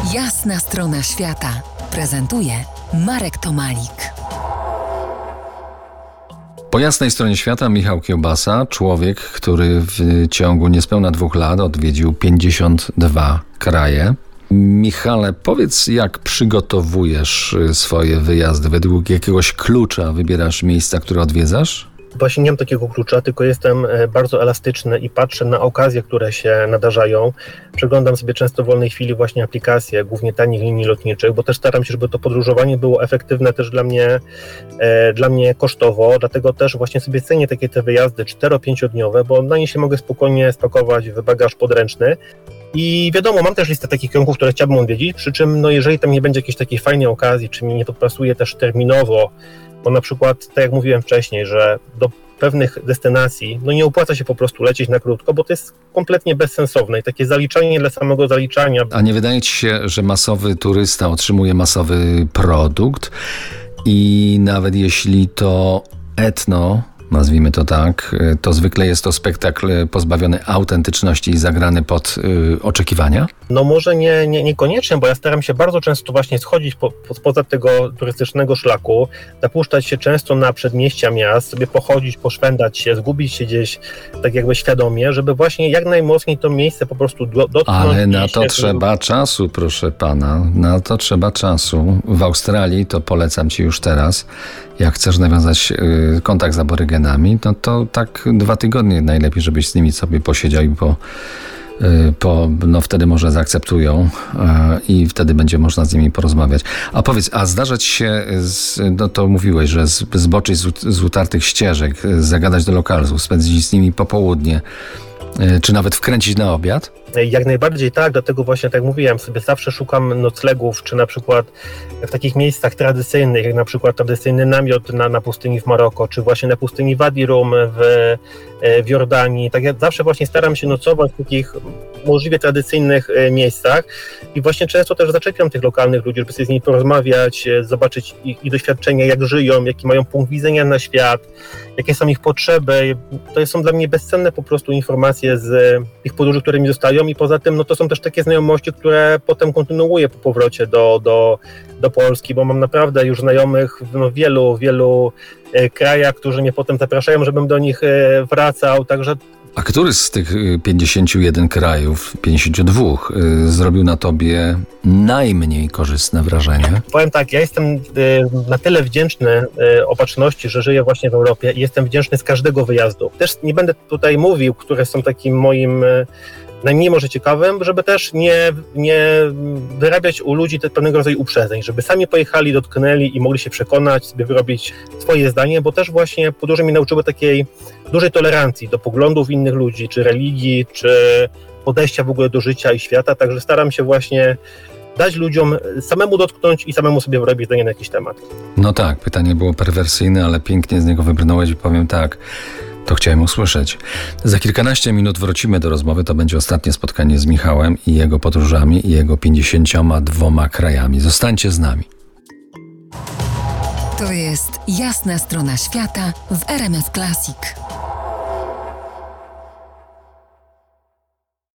Jasna strona świata prezentuje Marek Tomalik. Po jasnej stronie świata Michał Kiełbasa, człowiek, który w ciągu niespełna 2 lat odwiedził 52 kraje. Michale, powiedz, jak przygotowujesz swoje wyjazdy? Według jakiegoś klucza wybierasz miejsca, które odwiedzasz? Właśnie nie mam takiego klucza, tylko jestem bardzo elastyczny i patrzę na okazje, które się nadarzają. Przeglądam sobie często w wolnej chwili właśnie aplikacje, głównie tanich linii lotniczych, bo też staram się, żeby to podróżowanie było efektywne też dla mnie kosztowo, dlatego też właśnie sobie cenię takie te wyjazdy 4-5-dniowe, bo na nie się mogę spokojnie spakować w bagaż podręczny. I wiadomo, mam też listę takich kierunków, które chciałbym odwiedzić, przy czym jeżeli tam nie będzie jakiejś takiej fajnej okazji, czy mi nie podpasuje też terminowo, bo na przykład, tak jak mówiłem wcześniej, że do pewnych destynacji nie opłaca się po prostu lecieć na krótko, bo to jest kompletnie bezsensowne i takie zaliczanie dla samego zaliczania. A nie wydaje ci się, że masowy turysta otrzymuje masowy produkt i nawet jeśli to etno, nazwijmy to tak, to zwykle jest to spektakl pozbawiony autentyczności i zagrany pod oczekiwania? No może niekoniecznie, bo ja staram się bardzo często właśnie schodzić spoza tego turystycznego szlaku, zapuszczać się często na przedmieścia miast, sobie pochodzić, poszwendać się, zgubić się gdzieś tak jakby świadomie, żeby właśnie jak najmocniej to miejsce po prostu dotknąć. Ale na to trzeba czasu, proszę pana, na to trzeba czasu. W Australii, to polecam ci już teraz, jak chcesz nawiązać kontakt z aborygenami, to tak 2 tygodnie najlepiej, żebyś z nimi sobie posiedział i wtedy może zaakceptują i wtedy będzie można z nimi porozmawiać. A powiedz, a zdarzać się, to mówiłeś, że zboczyć z utartych ścieżek, zagadać do lokalu, spędzić z nimi popołudnie, czy nawet wkręcić na obiad? Jak najbardziej tak, dlatego właśnie, tak jak mówiłem, sobie zawsze szukam noclegów, czy na przykład w takich miejscach tradycyjnych, jak na przykład tradycyjny namiot na pustyni w Maroko, czy właśnie na pustyni Wadi Rum w Jordanii. Tak ja zawsze właśnie staram się nocować w takich możliwie tradycyjnych miejscach i właśnie często też zaczepiam tych lokalnych ludzi, żeby sobie z nimi porozmawiać, zobaczyć ich doświadczenia, jak żyją, jaki mają punkt widzenia na świat, jakie są ich potrzeby. To są dla mnie bezcenne po prostu informacje z tych podróży, które mi zostają i poza tym to są też takie znajomości, które potem kontynuuję po powrocie do Polski, bo mam naprawdę już znajomych w wielu krajach, którzy mnie potem zapraszają, żebym do nich wracał, także. A który z tych 51 krajów, 52 zrobił na tobie najmniej korzystne wrażenie? Powiem tak, ja jestem na tyle wdzięczny Opatrzności, że żyję właśnie w Europie i jestem wdzięczny z każdego wyjazdu. Też nie będę tutaj mówił, które są takim moim najmniej może ciekawym, żeby też nie wyrabiać u ludzi pewnego rodzaju uprzedzeń, żeby sami pojechali, dotknęli i mogli się przekonać, sobie wyrobić swoje zdanie, bo też właśnie podróże mi nauczyły takiej dużej tolerancji do poglądów innych ludzi, czy religii, czy podejścia w ogóle do życia i świata, także staram się właśnie dać ludziom samemu dotknąć i samemu sobie wyrobić zdanie na jakiś temat. No tak, pytanie było perwersyjne, ale pięknie z niego wybrnąłeś i powiem tak, to chciałem usłyszeć. Za kilkanaście minut wrócimy do rozmowy. To będzie ostatnie spotkanie z Michałem i jego podróżami i jego 52 krajami. Zostańcie z nami. To jest Jasna strona świata w RMF Classic.